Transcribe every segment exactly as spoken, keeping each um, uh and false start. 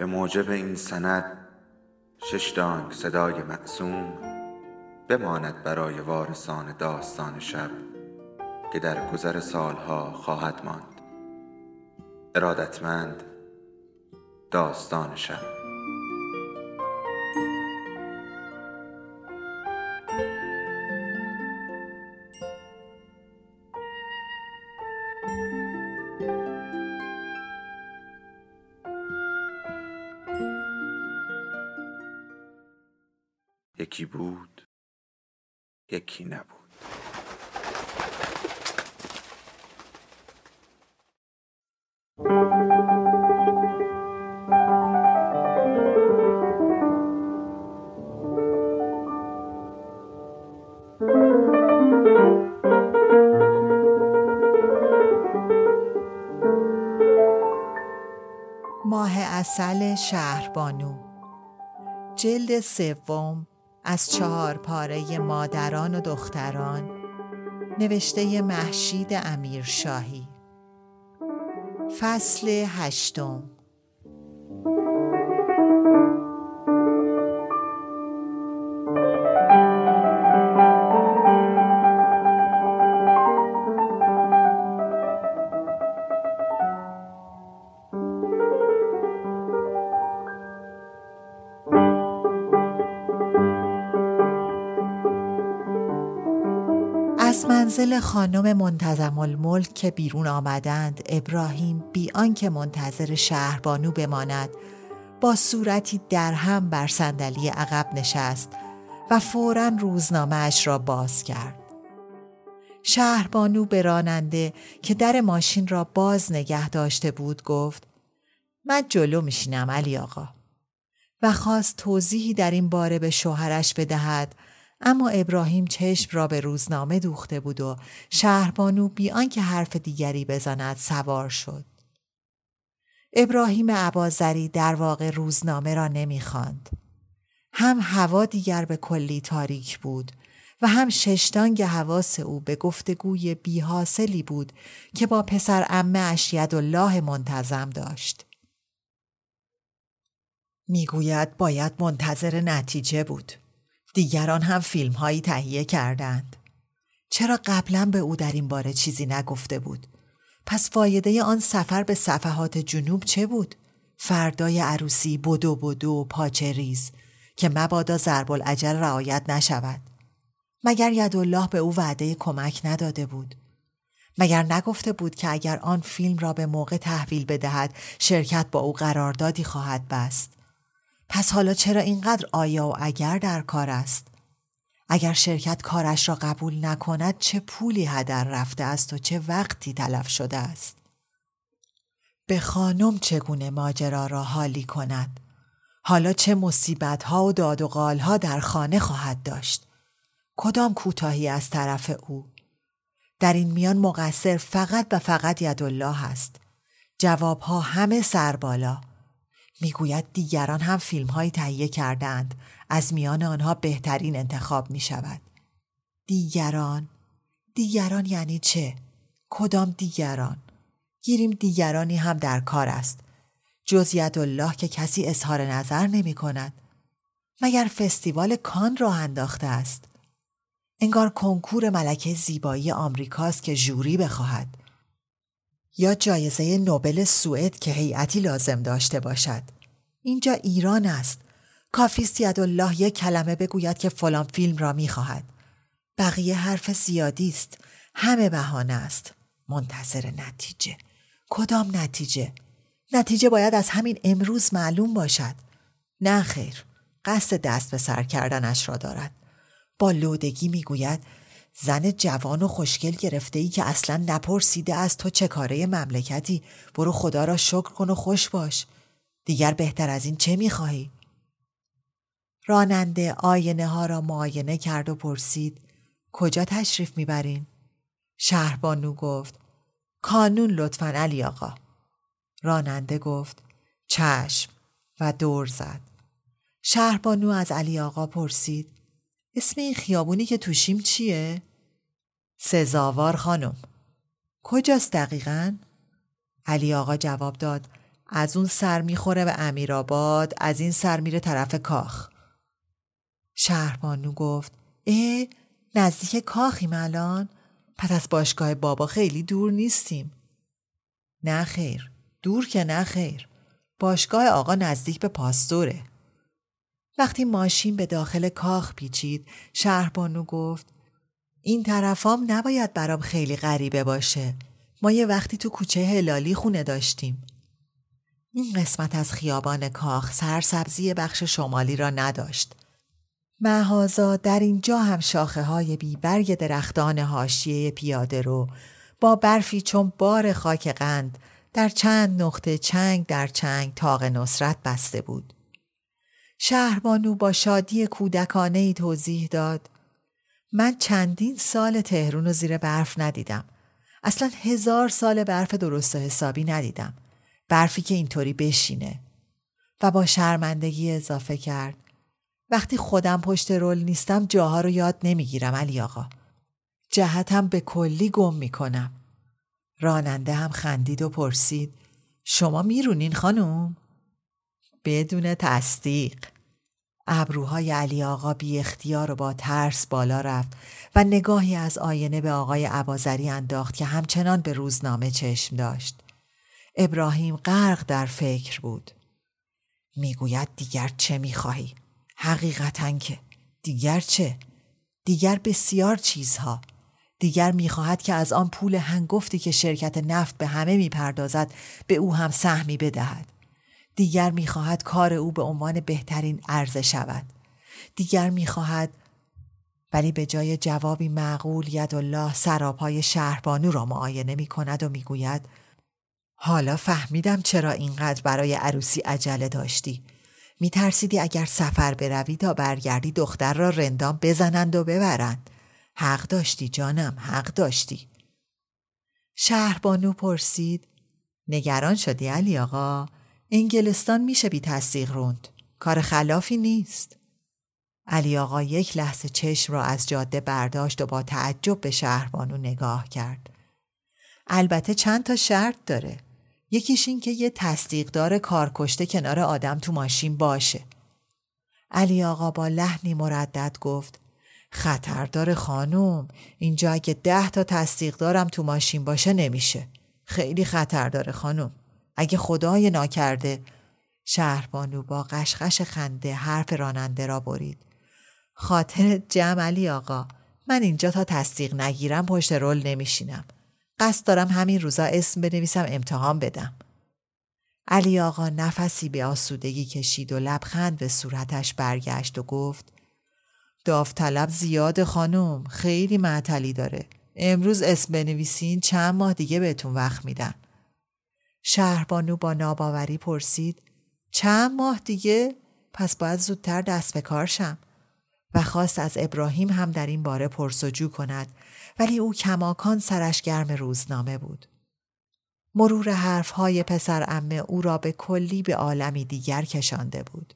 به موجب این سند شش دانگ صدای معصوم بماند برای وارثان داستان شب که در گذر سالها خواهد ماند. ارادتمند، داستان شب. یکی بود، یکی نبود. ماه عسل شهربانو، جلد سوم، از چهار پاره مادران و دختران، نوشته مهشید امیرشاهی. فصل هشتم. از منزل خانم منتظم الملک که بیرون آمدند، ابراهیم بی آنکه منتظر شهربانو بماند با صورتی درهم بر صندلی عقب نشست و فوراً روزنامه اش را باز کرد. شهربانو به راننده که در ماشین را باز نگه داشته بود گفت: من جلو میشینم علی آقا، و خواست توضیحی در این باره به شوهرش بدهد، اما ابراهیم چشم را به روزنامه دوخته بود و شهربانو بی آنکه حرف دیگری بزند سوار شد. ابراهیم اباضری در واقع روزنامه را نمی‌خواند. هم هوا دیگر به کلی تاریک بود و هم ششتانگ حواس او به گفتگوی بی حاصلی بود که با پسر عمه اش یدالله منتظم داشت. میگوید باید منتظر نتیجه بود. دیگران هم فیلم هایی تهیه کردند. چرا قبلا به او در این باره چیزی نگفته بود؟ پس فایده آن سفر به صفحات جنوب چه بود؟ فردای عروسی بدو بدو پاچه ریز که مبادا ضرب الاجل رعایت نشود. مگر یدالله به او وعده کمک نداده بود؟ مگر نگفته بود که اگر آن فیلم را به موقع تحویل بدهد شرکت با او قراردادی خواهد بست؟ پس حالا چرا اینقدر آیا و اگر در کار است؟ اگر شرکت کارش را قبول نکند چه پولی هدر رفته است و چه وقتی تلف شده است؟ به خانم چگونه ماجرا را حالی کند؟ حالا چه مصیبت‌ها و داد و غال‌ها در خانه خواهد داشت؟ کدام کوتاهی از طرف او؟ در این میان مقصر فقط و فقط یدالله است. جوابها همه سربالا. میگوید دیگران هم فیلم هایی تهیه کردند، از میان آنها بهترین انتخاب می شود. دیگران؟ دیگران یعنی چه؟ کدام دیگران؟ گیریم دیگرانی هم در کار است. جز یدالله که کسی اظهار نظر نمی کند. مگر فستیوال کان راه انداخته است؟ انگار کنکور ملکه زیبایی آمریکاست که ژوری بخواهد. یا جایزه نوبل سوئد که هیئتی لازم داشته باشد. اینجا ایران است. کافیست یدالله یک کلمه بگوید که فلان فیلم را می‌خواهد. بقیه حرف زیادی است. همه بهانه است. منتظر نتیجه. کدام نتیجه؟ نتیجه باید از همین امروز معلوم باشد. نه خیر. قصد دست به سر کردنش را دارد. با لودگی میگوید زن جوان و خوشگل گرفته ای که اصلا نپرسیده از تو چه کاره مملکتی، برو خدا را شکر کن و خوش باش. دیگر بهتر از این چه میخواهی؟ راننده آینه ها را معاینه کرد و پرسید کجا تشریف میبرین؟ شهربانو گفت کانون لطفاً علی آقا. راننده گفت چشم و دور زد. شهربانو از علی آقا پرسید اسم این خیابونی که توشیم چیه؟ سزاوار خانم. کجاست دقیقاً؟ علی آقا جواب داد از اون سر میخوره به امیرآباد، از این سر میره طرف کاخ. شهربانو گفت اه نزدیک کاخیم الان؟ پس از باشگاه بابا خیلی دور نیستیم. نه خیر، دور که نه خیر. باشگاه آقا نزدیک به پاستوره. وقتی ماشین به داخل کاخ پیچید، شهربانو گفت این طرفام نباید برام خیلی غریبه باشه. ما یه وقتی تو کوچه هلالی خونه داشتیم. این قسمت از خیابان کاخ سرسبزی بخش شمالی را نداشت. مغازه در اینجا هم شاخه های بی برگ درختان حاشیه پیاده رو با برفی چون بار خاک قند در چند نقطه چنگ در چنگ طاق نصرت بسته بود. شهربانو با شادی کودکانه‌ای توضیح داد من چندین سال تهرون رو زیر برف ندیدم. اصلا هزار سال برف درست و حسابی ندیدم. برفی که اینطوری بشینه. و با شرمندگی اضافه کرد وقتی خودم پشت رول نیستم جاها رو یاد نمیگیرم علی آقا. جهتم به کلی گم میکنم. راننده هم خندید و پرسید شما میرونین خانم؟ بدون تصدیق. ابروهای علی آقا بی اختیار و با ترس بالا رفت و نگاهی از آینه به آقای اباظری انداخت که همچنان به روزنامه چشم داشت. ابراهیم غرق در فکر بود. میگوید دیگر چه میخواهی؟ حقیقتاً که دیگر چه؟ دیگر بسیار چیزها. دیگر میخواهد که از آن پول هنگفتی که شرکت نفت به همه میپردازد به او هم سهمی بدهد. دیگر میخواهد کار او به عنوان بهترین عرضه شود. دیگر میخواهد، ولی به جای جوابی معقول یدالله سراپای شهربانو را معاینه میکند و میگوید حالا فهمیدم چرا اینقدر برای عروسی عجله داشتی. میترسیدی اگر سفر بروی تا برگردی دختر را رندام بزنند و ببرند. حق داشتی جانم، حق داشتی. شهربانو پرسید نگران شدی علی آقا؟ انگلستان میشه بی تصدیق روند. کار خلافی نیست. علی آقا یک لحظه چشم را از جاده برداشت و با تعجب به شهربانو نگاه کرد. البته چند تا شرط داره. یکیش این که یه تصدیقدار کارکشته کنار آدم تو ماشین باشه. علی آقا با لحنی مردد گفت خطر داره خانوم. اینجا اگه ده تا تصدیقدارم تو ماشین باشه نمیشه. خیلی خطر داره خانوم. اگه خدای ناکرده. شهربانو با قشقش خنده حرف راننده را برید. خاطر جمع علی آقا. من اینجا تا تصدیق نگیرم پشت رول نمیشینم. قصد دارم همین روزا اسم بنویسم امتحان بدم. علی آقا نفسی به آسودگی کشید و لبخند به صورتش برگشت و گفت داوطلب زیاد خانم، خیلی معطلی داره. امروز اسم بنویسین چند ماه دیگه بهتون وقت میدن. شهربانو با ناباوری پرسید چند ماه دیگه؟ پس باید زودتر دست به کار شم. و خواست از ابراهیم هم در این باره پرسجو کند، ولی او کماکان سرش گرم روزنامه بود. مرور حرفهای پسر عمه او را به کلی به عالمی دیگر کشانده بود.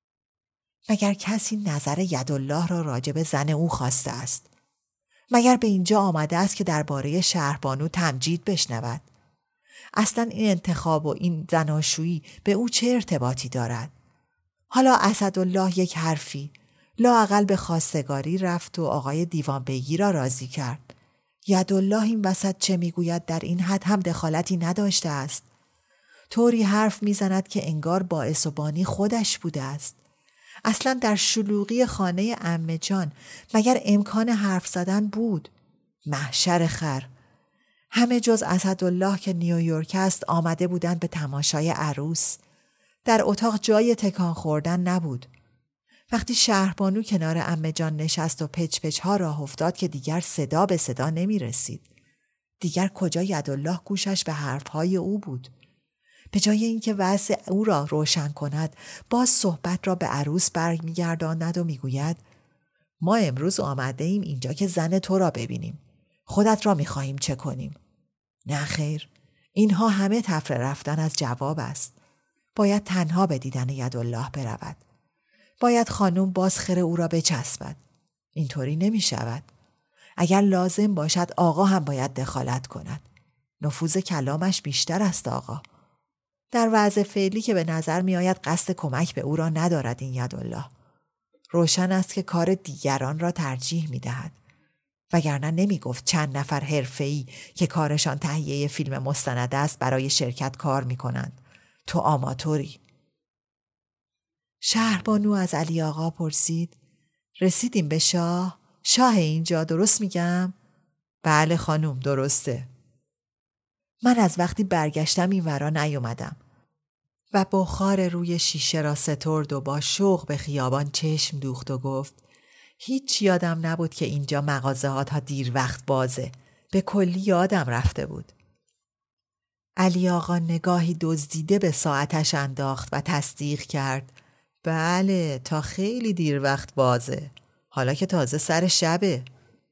مگر کسی نظر یدالله را راجب زن او خواسته است؟ مگر به اینجا آمده است که درباره شهربانو تمجید بشنود؟ اصلا این انتخاب و این زناشویی به او چه ارتباطی دارد؟ حالا اسدالله یک حرفی لااقل به خواستگاری رفت و آقای دیوان بیگی را راضی کرد. یدالله این وسط چه میگوید در این حد هم دخالتی نداشته است. طوری حرف میزند که انگار باعث و بانی خودش بوده است. اصلا در شلوغی خانه عمه جان مگر امکان حرف زدن بود؟ محشر خر. همه جز اسدالله که نیویورک است آمده بودند به تماشای عروس. در اتاق جای تکان خوردن نبود. وقتی شهربانو کنار عمه جان نشست و پچ پچ ها راه افتاد که دیگر صدا به صدا نمی رسید. دیگر کجا یدالله گوشش به حرفهای او بود؟ به جای اینکه وضع او را روشن کند، باز صحبت را به عروس برمیگرداند و میگوید ما امروز آمده ایم اینجا که زن تو را ببینیم. خودت را میخواهیم چه کنیم؟ نه خیر، اینها همه تفره رفتن از جواب است. باید تنها به دیدن یدالله برود. باید خانم باز خر او را بچسبد. اینطوری نمی شود. اگر لازم باشد آقا هم باید دخالت کند. نفوذ کلامش بیشتر است آقا. در وضع فعلی که به نظر می آید قصد کمک به او را ندارد این یدالله. روشن است که کار دیگران را ترجیح می دهد. وگرنه نمی گفت چند نفر حرفه‌ای که کارشان تهیه فیلم مستند است برای شرکت کار می کنند. تو آماتوری. شهربانو از علی آقا پرسید رسیدیم به شاه؟ شاه اینجا درست میگم؟ بله خانوم درسته. من از وقتی برگشتم این ورا نیومدم و بخار روی شیشه را سترد و با شوق به خیابان چشم دوخت و گفت هیچ یادم نبود که اینجا مغازه ها تا دیر وقت بازه. به کلی یادم رفته بود. علی آقا نگاهی دزدیده به ساعتش انداخت و تصدیق کرد بله تا خیلی دیر وقت بازه. حالا که تازه سر شبه.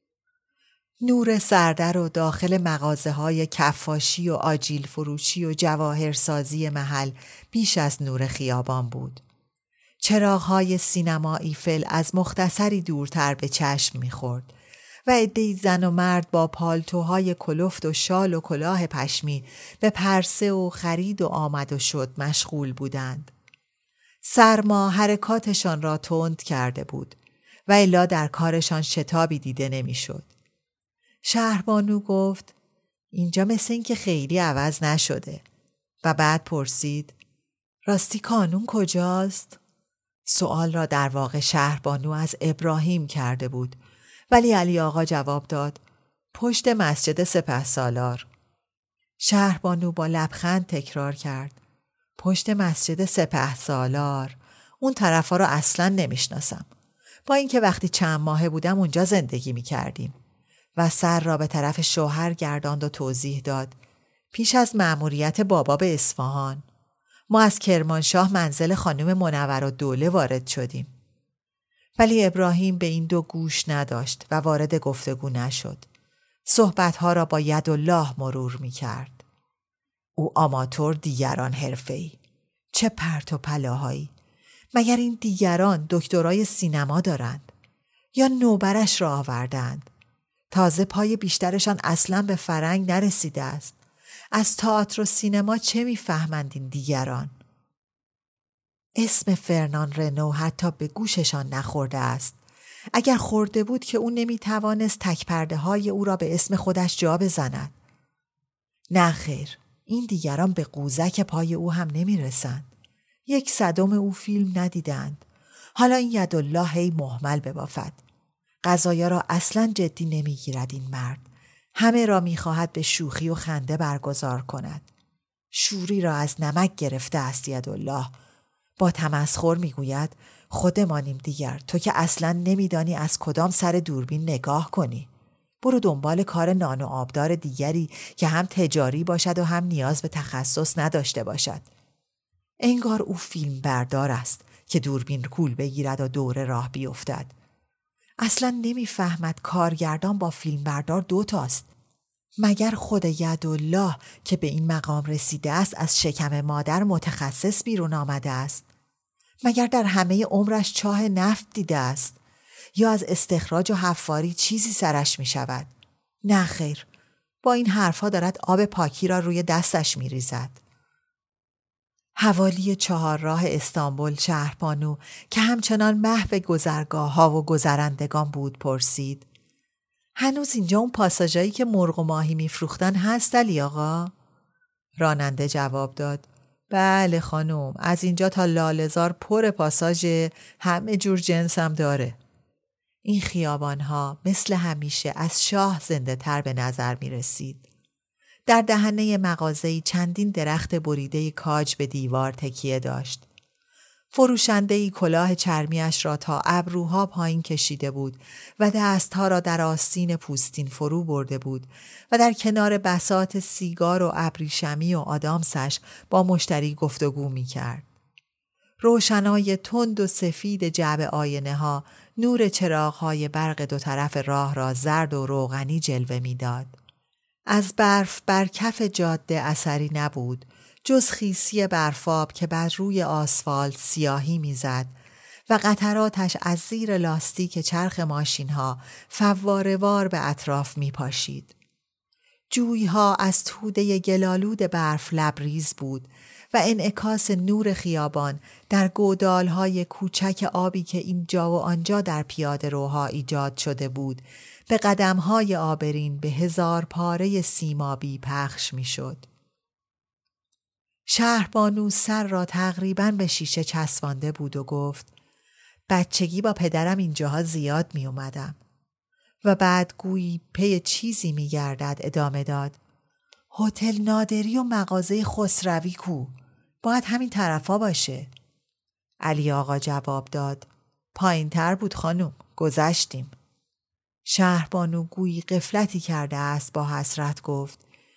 نور سردر و داخل مغازه های کفاشی و آجیل فروشی و جواهرسازی محل بیش از نور خیابان بود. چراغ‌های سینما ایفل از مختصری دورتر به چشم می‌خورد و عده‌ای زن و مرد با پالتوهای کلفت و شال و کلاه پشمی به پرسه و خرید و آمد و شد مشغول بودند. سرما حرکاتشان را تند کرده بود و الا در کارشان شتابی دیده نمی‌شد. شهربانو گفت اینجا مثل این که خیلی عوض نشده و بعد پرسید راستی کانون کجاست؟ سوال را در واقع شهربانو از ابراهیم کرده بود ولی علی آقا جواب داد پشت مسجد سپهسالار. شهربانو با لبخند تکرار کرد پشت مسجد سپهسالار. اون طرفا رو اصلاً نمیشناسم با اینکه وقتی چند ماهه بودم اونجا زندگی میکردیم. و سر را به طرف شوهر گرداند و توضیح داد پیش از مأموریت بابا به اصفهان ما از کرمانشاه منزل خانم منورالدوله وارد شدیم. ولی ابراهیم به این دو گوش نداشت و وارد گفتگو نشد. صحبتها را با یدالله مرور می کرد. او آماتور دیگران حرفه‌ای. چه پرت و پلاهایی. مگر این دیگران دکترای سینما دارند یا نوبرش را آوردند؟ تازه پای بیشترشان اصلاً به فرنگ نرسیده است. از تئاتر و سینما چه میفهمند این دیگران؟ اسم فرنان رنو حتی به گوششان نخورده است. اگر خورده بود که او نمیتوانست تک پرده های او را به اسم خودش جا بزند. نه خیر، این دیگران به قوزک پای او هم نمیرسند. یک صدم او فیلم ندیدند. حالا این یدالله هی مهمل ببافد. قضایا را اصلاً جدی نمیگیرد این مرد. همه را میخواهد به شوخی و خنده برگزار کند. شوری را از نمک گرفته است یدالله. با تمسخر میگوید خودمانیم دیگر، تو که اصلاً نمیدانی از کدام سر دوربین نگاه کنی. برو دنبال کار نان و آبدار دیگری که هم تجاری باشد و هم نیاز به تخصص نداشته باشد. انگار او فیلم بردار است که دوربین کول بگیرد و دور راه بیفتد. اصلا نمیفهمد کارگردان با فیلم بردار دوتاست. مگر خود یدالله که به این مقام رسیده است از شکم مادر متخصص بیرون آمده است؟ مگر در همه عمرش چاه نفت دیده است؟ یا از استخراج و حفاری چیزی سرش می شود؟ نه خیر، با این حرفها دارد آب پاکی را روی دستش می ریزد. حوالی چهارراه استانبول شهربانو که همچنان محو گذرگاه ها و گذرندگان بود پرسید هنوز اینجا اون پاساژایی که مرغ و ماهی میفروختن هست علی آقا؟ راننده جواب داد بله خانم، از اینجا تا لاله‌زار پر پاساژ، همه جور جنس هم داره. این خیابانها مثل همیشه از شاه زنده تر به نظر می رسید. در دهنه مغازه‌ای چندین درخت بریده کاج به دیوار تکیه داشت. فروشنده‌ای کلاه چرمیش را تا ابروها پایین کشیده بود و دستها را در آستین پوستین فرو برده بود و در کنار بساط سیگار و ابریشمی و آدامسش با مشتری گفتگو می کرد. روشنای تند و سفید جعبه آینه ها نور چراغ‌های برق دو طرف راه را زرد و روغنی جلوه می داد. از برف بر کف جاده اثری نبود جز خیسی برفاب که بر روی آسفالت سیاهی میزد و قطراتش از زیر لاستیک چرخ ماشین‌ها فواره‌وار به اطراف میپاشید. جویها از توده گلالود برف لبریز بود و انعکاس نور خیابان در گودالهای کوچک آبی که اینجا و آنجا در پیاده روها ایجاد شده بود به قدمهای آبرین به هزار پاره سیمابی پخش می شد. شهربانو سر را تقریباً به شیشه چسبانده بود و گفت بچگی با پدرم اینجاها زیاد می اومدم. و بعد گویی پی چیزی می گردد ادامه داد. هتل نادری و مغازه خسروی کو؟ باید همین طرفا باشه. علی آقا جواب داد. پایین تر بود خانم. گذشتیم. شهربانو گویی غفلتی کرده است با حسرت گفت.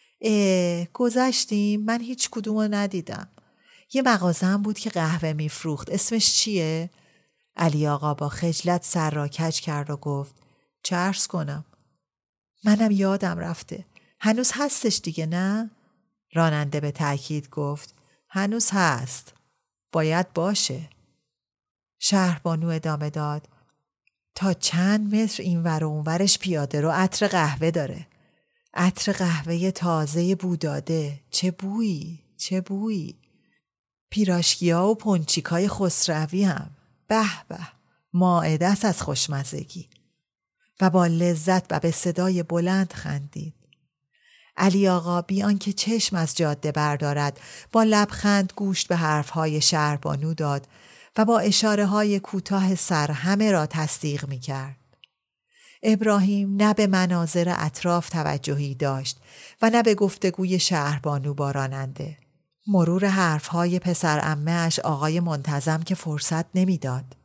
اه گذشتیم؟ من هیچ کدومو ندیدم. یه مغازه هم بود که قهوه می فروخت. اسمش چیه؟ علی آقا با خجلت سر را کج کرد و گفت. چه عرض کنم؟ منم یادم رفته. هنوز هستش دیگه نه؟ راننده به تأکید گفت. هنوز هست. باید باشه. شهربانو ادامه داد. تا چند متر این ور و اون ورش پیاده رو عطر قهوه داره. عطر قهوه تازه بوداده. چه بویی؟ چه بویی؟ پیراشکی‌ها و پنچیکای خسروی هم. به به. مائده است از خوشمزگی. و با لذت و به صدای بلند خندید. علی آقا بی آنکه چشم از جاده بردارد با لبخند گوش به حرفهای شهربانو داد و با اشاره های کوتاه سر همه را تصدیق می کرد. ابراهیم نه به مناظر اطراف توجهی داشت و نه به گفتگوی شهربانو با راننده. مرور حرفهای پسر عمه‌اش آقای منتظم که فرصت نمی داد.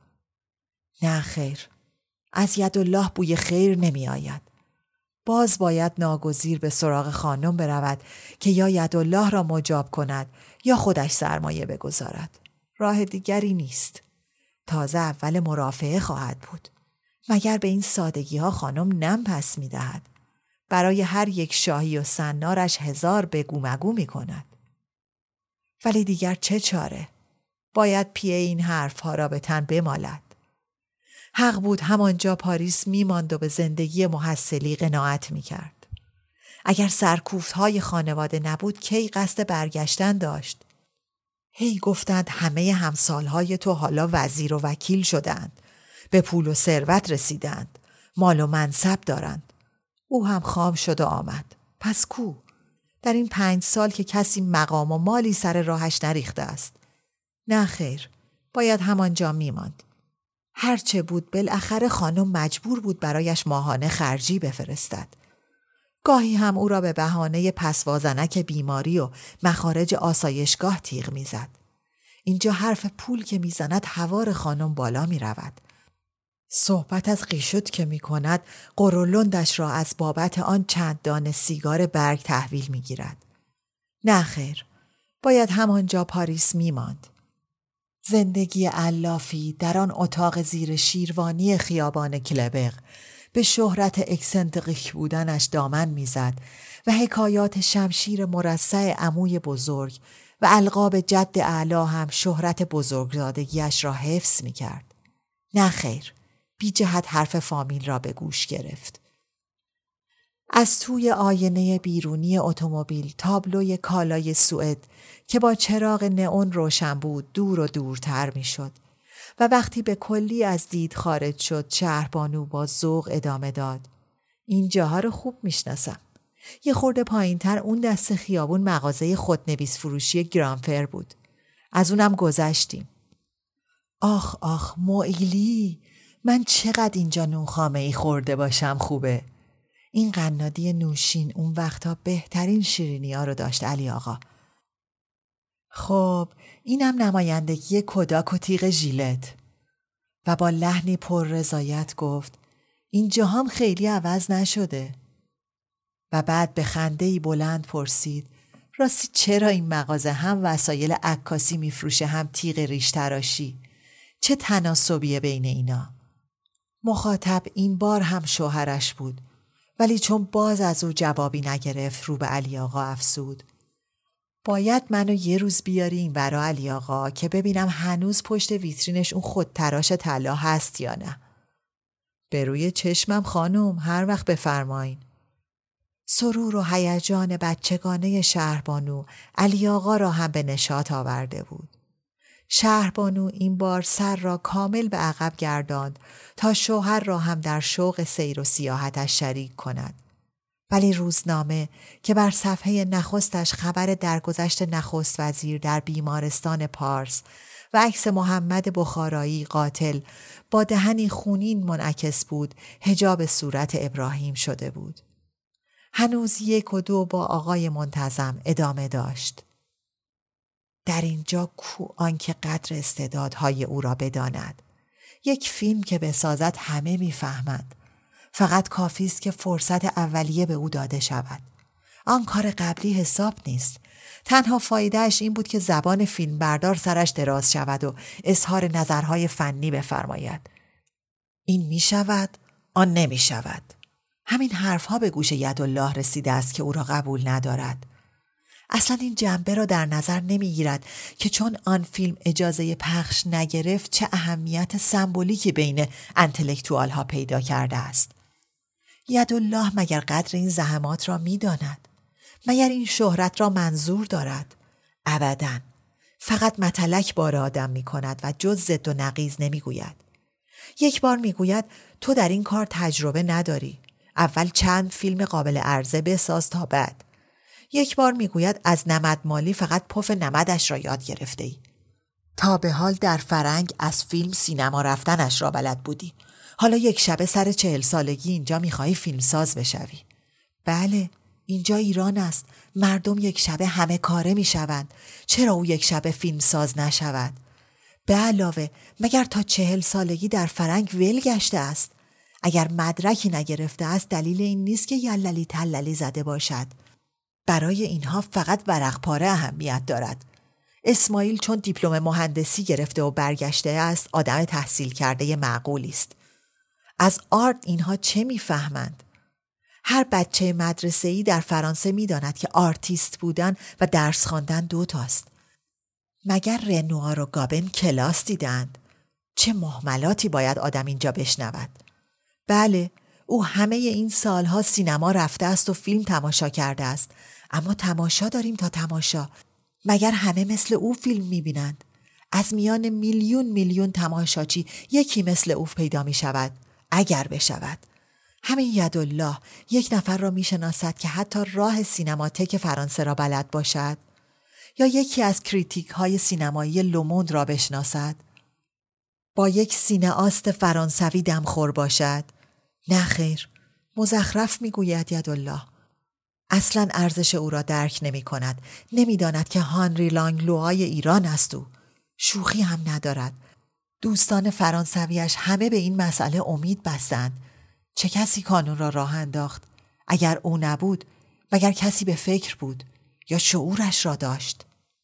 نه خیر. از یدالله بوی خیر نمی آید. باز باید ناگزیر به سراغ خانم برود که یا یدالله را مجاب کند یا خودش سرمایه بگذارد. راه دیگری نیست. تازه اول مرافعه خواهد بود. مگر به این سادگی ها خانم نم پس می دهد. برای هر یک شاهی و سنارش هزار بگو مگو می کند. ولی دیگر چه چاره؟ باید پیه این حرف ها را به تن بمالد. حق بود همانجا پاریس می ماند و به زندگی محصلی قناعت می کرد. اگر سرکوفت های خانواده نبود کی قصد برگشتن داشت؟ هی گفتند همه همسالهای تو حالا وزیر و وکیل شدند. به پول و ثروت رسیدند. مال و منصب دارند. او هم خام شد و آمد. پس کو؟ در این پنج سال که کسی مقام و مالی سر راهش نریخته است. نه خیر. باید همانجا می ماند. هرچه بود بالاخره خانم مجبور بود برایش ماهانه خرجی بفرستد. گاهی هم او را به بهانه پسوازنک بیماری و مخارج آسایشگاه تیغ میزد. اینجا حرف پول که میزند هوار خانم بالا می رود. صحبت از قیشوت که می کند قرولندش را از بابت آن چند دانه سیگار برگ تحویل می گیرد. نه خیر. باید همانجا پاریس می ماند. زندگی علافی در آن اتاق زیر شیروانی خیابان کلبق به شهرت اکسنتریک بودنش دامن میزد و حکایات شمشیر مرصع عموی بزرگ و القاب جد اعلی هم شهرت بزرگزادگیش را حفظ می کرد. نه خیر. بی جهت حرف فامیل را به گوش گرفت. از توی آینه بیرونی اتومبیل تابلوی کالای سوئد که با چراغ نئون روشن بود دور و دورتر می شد و وقتی به کلی از دید خارج شد شهربانو با ذوق ادامه داد. این جاها رو خوب می شناسم. یه خورده پایین تر اون دست خیابون مغازه خودنویس فروشی گرانفر بود. از اونم گذشتیم. آخ آخ موئیلی، من چقدر اینجا نونخامه ای خورده باشم خوبه. این قنادی نوشین اون وقتا بهترین شیرینی ها رو داشت علی آقا. خب اینم نمایندگی کوداک و تیغ ژیلت. و با لحنی پر رضایت گفت اینجا هم خیلی عوض نشده. و بعد به خنده‌ای بلند پرسید راستی چرا این مغازه هم وسایل عکاسی میفروشه هم تیغ ریش تراشی؟ چه تناسبیه بین اینا؟ مخاطب این بار هم شوهرش بود، ولی چون باز از او جوابی نگرفت رو به علی آقا افسود. باید منو یه روز بیاری این ورا علی آقا که ببینم هنوز پشت ویترینش اون خودتراش طلا هست یا نه. به روی چشمم خانم، هر وقت بفرمایین. سرور و هیجان بچگانه شهربانو علی آقا را هم به نشاط آورده بود. شهربانو این بار سر را کامل به عقب گرداند تا شوهر را هم در شوق سیر و سیاحتش شریک کند. ولی روزنامه که بر صفحه نخستش خبر درگذشت نخست وزیر در بیمارستان پارس و عکس محمد بخارایی قاتل با دهنی خونین منعکس بود، حجاب صورت ابراهیم شده بود. هنوز یک و دو با آقای منتظم ادامه داشت. در اینجا کو آنکه قدر استعدادهای او را بداند. یک فیلم که بسازد همه میفهمند. فقط کافی است که فرصت اولیه به او داده شود. آن کار قبلی حساب نیست. تنها فایدهش این بود که زبان فیلمبردار سرش دراز شود و اظهار نظرهای فنی بفرماید. این می شود، آن نمی شود. همین حرفها به گوش یدالله رسیده است که او را قبول ندارد. اصلا این جنبه را در نظر نمی گیرد که چون آن فیلم اجازه پخش نگرفت چه اهمیت سمبولیکی بین انتلکتوال ها پیدا کرده است. یدالله مگر قدر این زحمات را می داند؟ مگر این شهرت را منظور دارد؟ ابداً. فقط متلک بار آدم می کند و جز ضد و نقیض نمی گوید. یک بار می گوید تو در این کار تجربه نداری. اول چند فیلم قابل عرضه بساز تا بعد. یک بار می گوید از نمد مالی فقط پف نمدش را یاد گرفته ای. تا به حال در فرنگ از فیلم سینما رفتنش را بلد بودی. حالا یک شبه سر چهل سالگی اینجا می خواهی فیلمساز بشوی. بله، اینجا ایران است. مردم یک شبه همه کاره می شوند. چرا او یک شبه فیلمساز نشود؟ به علاوه مگر تا چهل سالگی در فرنگ ول گشته است؟ اگر مدرکی نگرفته است دلیل این نیست که یللی تللی زده باشد. برای اینها فقط ورق پاره اهمیت دارد. اسماعیل چون دیپلم مهندسی گرفته و برگشته است آدم تحصیل کرده معقولی است. از آرت اینها چه میفهمند؟ هر بچه مدرسه‌ای در فرانسه میداند که آرتیست بودن و درس خواندن دو تاست. مگر رنوار و گابن کلاس دیدند؟ چه مهملاتی باید آدم اینجا بشنود؟ بله، او همه این سالها سینما رفته است و فیلم تماشا کرده است. اما تماشا داریم تا تماشا. مگر همه مثل او فیلم میبینند؟ از میان میلیون میلیون تماشاچی یکی مثل او پیدا می شود. اگر بشود. همین یدالله یک نفر را می شناسد که حتی راه سینماتک فرانسه را بلد باشد؟ یا یکی از کریتیک های سینمایی لوموند را بشناسد؟ با یک سینئاست فرانسوی دمخور باشد؟ نه خیر، مزخرف می گوید یدالله. اصلا ارزش او را درک نمی کند. نمی داند که هانری لانگلوهای ایران است او. شوخی هم ندارد. دوستان فرانسویش همه به این مسئله امید بستند. چه کسی کانون را راه انداخت؟ اگر او نبود، مگر کسی به فکر بود یا شعورش را داشت؟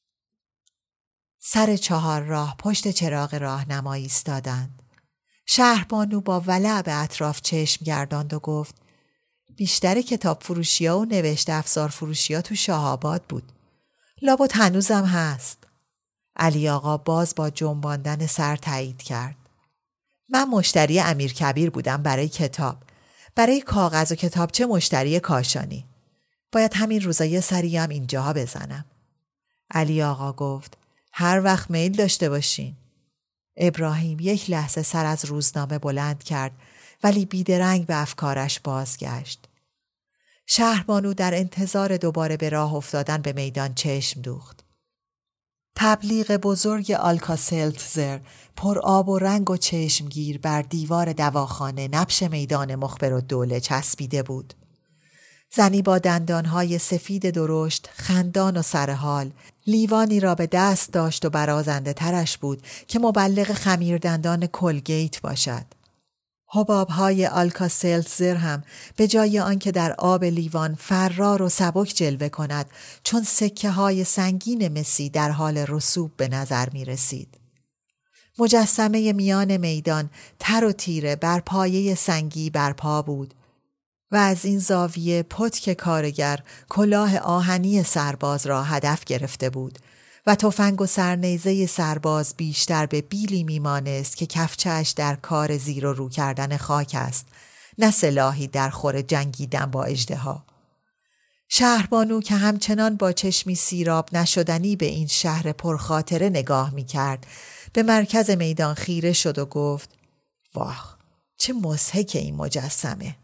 سر چهار راه پشت چراغ راهنمایی ایستادند. شهربانو با ولع به اطراف چشم گرداند و گفت بیشتر کتاب فروشی‌ها و نوشته افزار فروشی‌ها تو شاه‌آباد بود. لابد هنوزم هست. علی آقا باز با جنباندن سر تایید کرد. من مشتری امیرکبیر بودم برای کتاب. برای کاغذ و کتابچه مشتری کاشانی. باید همین روزا یه سری هم اینجاها بزنم. علی آقا گفت هر وقت میل داشته باشین. ابراهیم یک لحظه سر از روزنامه بلند کرد ولی بیدرنگ به افکارش بازگشت. شهربانو در انتظار دوباره به راه افتادن به میدان چشم دوخت. تبلیغ بزرگ آلکاسلتزر پر آب و رنگ و چشمگیر بر دیوار دواخانه نبش میدان مخبرالدوله چسبیده بود. زنی با دندانهای سفید درشت، خندان و سرحال، لیوانی را به دست داشت و برازنده ترش بود که مبلغ خمیردندان کلگیت باشد. حبابهای آلکاسلتزر هم به جای آنکه در آب لیوان فرار و سبک جلوه کند چون سکه های سنگین مسی در حال رسوب به نظر می رسید. مجسمه میان میدان تر و تیره بر پایه سنگی برپا بود و از این زاویه پتک کارگر کلاه آهنی سرباز را هدف گرفته بود و تفنگ و سرنیزه سرباز بیشتر به بیلی میمانست که کفچه‌اش در کار زیر و رو کردن خاک است، نه سلاحی در خور جنگیدن با اژدها. شهربانو که همچنان با چشمی سیراب نشدنی به این شهر پرخاطره نگاه می کرد به مرکز میدان خیره شد و گفت واه چه مضحک این مجسمه.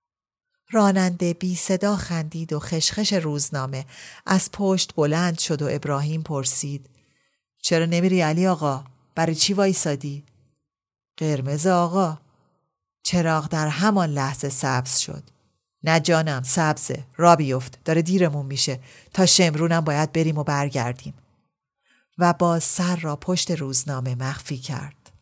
راننده بی صدا خندید و خشخش روزنامه از پشت بلند شد و ابراهیم پرسید چرا نمیری علی آقا؟ برای چی وایسادی؟ قرمز آقا. چراغ در همان لحظه سبز شد. نه جانم سبزه، را بیفت، داره دیرمون میشه، تا شمرونم باید بریم و برگردیم. و باز سر را پشت روزنامه مخفی کرد.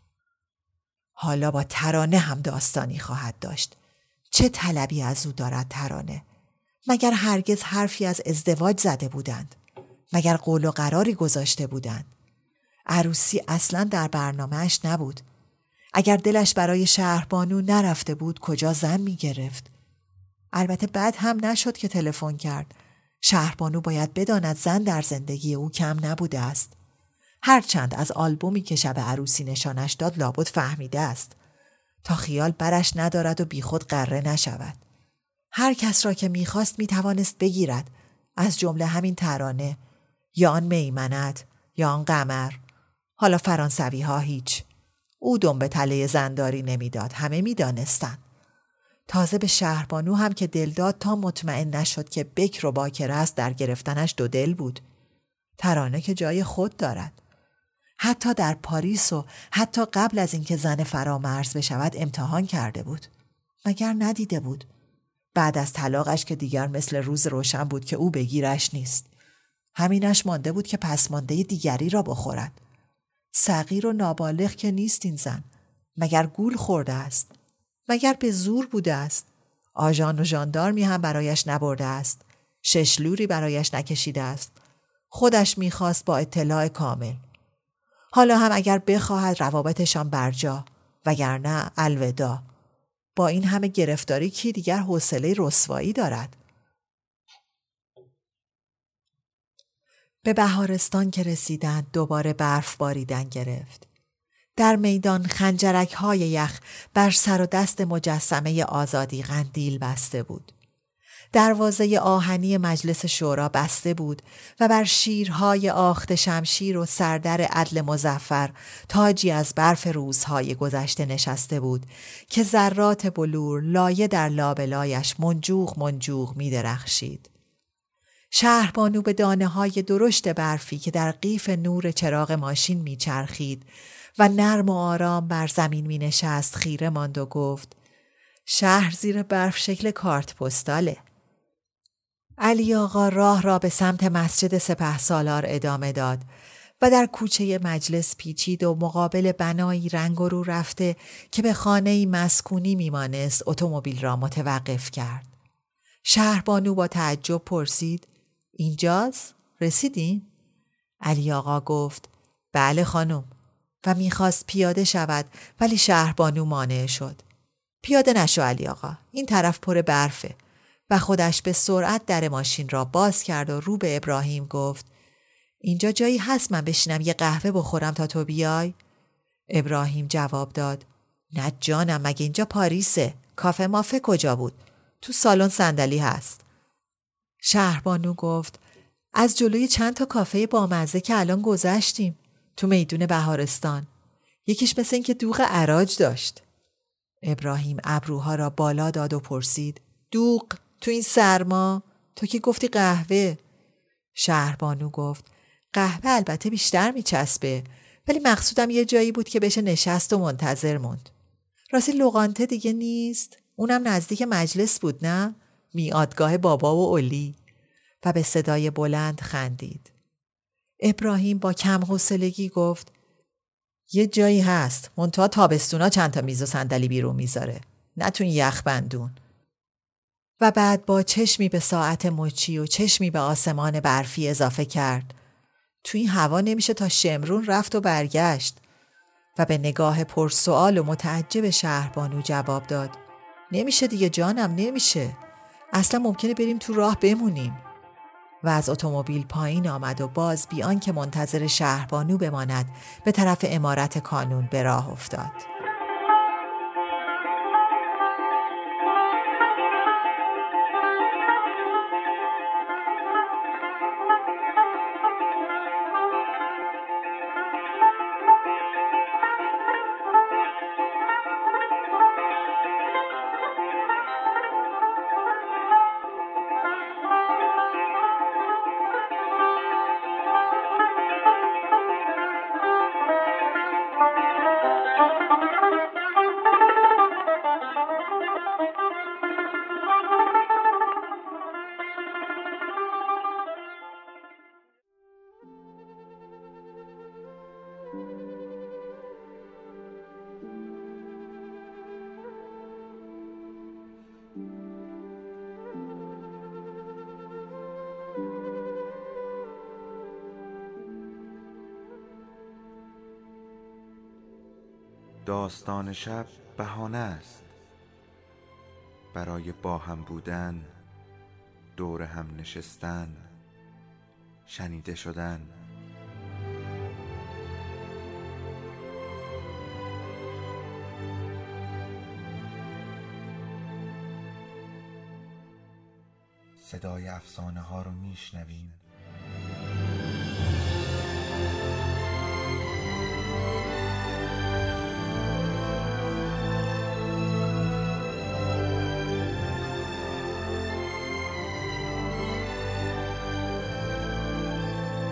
حالا با ترانه هم داستانی خواهد داشت. چه طلبی از او دارد ترانه؟ مگر هرگز حرفی از ازدواج زده بودند؟ مگر قول و قراری گذاشته بودند؟ عروسی اصلا در برنامه‌اش نبود. اگر دلش برای شهربانو نرفته بود کجا زن می گرفت؟ البته بد هم نشد که تلفن کرد. شهربانو باید بداند زن در زندگی او کم نبوده است. هرچند از آلبومی که شب عروسی نشانش داد لابد فهمیده است. تا خیال برش ندارد و بیخود قره نشود. هر کس را که میخواست میتوانست بگیرد، از جمله همین ترانه، یا آن میمنت، یا آن قمر. حالا فرانسوی ها هیچ. او دم به تله زنداری نمیداد، همه میدانستند. تازه به شهربانو هم که دل داد تا مطمئن نشد که بکر و باکر است در گرفتنش دو دل بود. ترانه که جای خود دارد. حتی در پاریس و حتی قبل از اینکه زن فرامرز بشود امتحان کرده بود. مگر ندیده بود؟ بعد از طلاقش که دیگر مثل روز روشن بود که او بگیرش نیست. همینش مانده بود که پسمانده دیگری را بخورد. صغیر و نابالغ که نیست این زن. مگر گول خورده است؟ مگر به زور بوده است؟ آژان و ژاندارمی هم برایش نبرده است. ششلوری برایش نکشیده است. خودش میخواست با اطلاع کامل. حالا هم اگر بخواهد روابطشان برجا، وگرنه الوداع. با این همه گرفتاری کی دیگر حوصله رسوایی دارد؟ به بهارستان که رسیدند دوباره برف باریدن گرفت. در میدان خنجرک های یخ بر سر و دست مجسمه آزادی قندیل بسته بود. دروازه آهنی مجلس شورا بسته بود و بر شیرهای آخت شمشیر و سردر عدل مظفر تاجی از برف روزهای گذشته نشسته بود که ذرات بلور لایه در لابلایش منجوق منجوق می درخشید. شهربانو به دانه های درشت برفی که در قیف نور چراغ ماشین می چرخید و نرم و آرام بر زمین می نشست خیره ماند و گفت شهر زیر برف شکل کارت پستاله. علی آقا راه را به سمت مسجد سپهسالار ادامه داد و در کوچه مجلس پیچید و مقابل بنایی رنگ رو رفته که به خانه‌ای مسکونی میمانست اتومبیل را متوقف کرد. شهربانو با تعجب پرسید اینجاست؟ رسیدیم؟ علی آقا گفت بله خانم و میخواست پیاده شود ولی شهربانو مانع شد. پیاده نشو علی آقا، این طرف پر برفه. و خودش به سرعت در ماشین را باز کرد و رو به ابراهیم گفت اینجا جایی هست من بشینم یه قهوه بخورم تا تو بیای؟ ابراهیم جواب داد نه جانم، مگه اینجا پاریسه؟ کافه مافه کجا بود؟ تو سالن صندلی هست. شهربانو گفت از جلوی چند تا کافه بامزه که الان گذشتیم تو میدون بهارستان. یکیش مثل این که دوغ عراج داشت. ابراهیم ابروها را بالا داد و پرسید دوغ تو این سرما؟ تو که گفتی قهوه. شهربانو گفت قهوه البته بیشتر میچسبه ولی مقصودم یه جایی بود که بشه نشست و منتظر موند. راستی لوغانته دیگه نیست؟ اونم نزدیک مجلس بود نه؟ میادگاه بابا و اولی. و به صدای بلند خندید. ابراهیم با کم حوصلگی گفت یه جایی هست منتها تابستونا چند تا میز و صندلی بیرون میذاره، نه تو این یخ بندون. و بعد با چشمی به ساعت مچی و چشمی به آسمان برفی اضافه کرد تو این هوا نمیشه تا شمرون رفت و برگشت. و به نگاه پرسوال و متعجب شهربانو جواب داد نمیشه دیگه جانم، نمیشه. اصلا ممکنه بریم تو راه بمونیم. و از اتومبیل پایین آمد و باز بی آنکه منتظر شهربانو بماند به طرف عمارت کانون به راه افتاد. داستان شب بهانه است برای با هم بودن، دور هم نشستن، شنیده شدن. صدای افسانه ها رو میشنویم.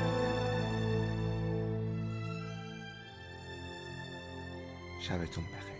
شبتون بخیر.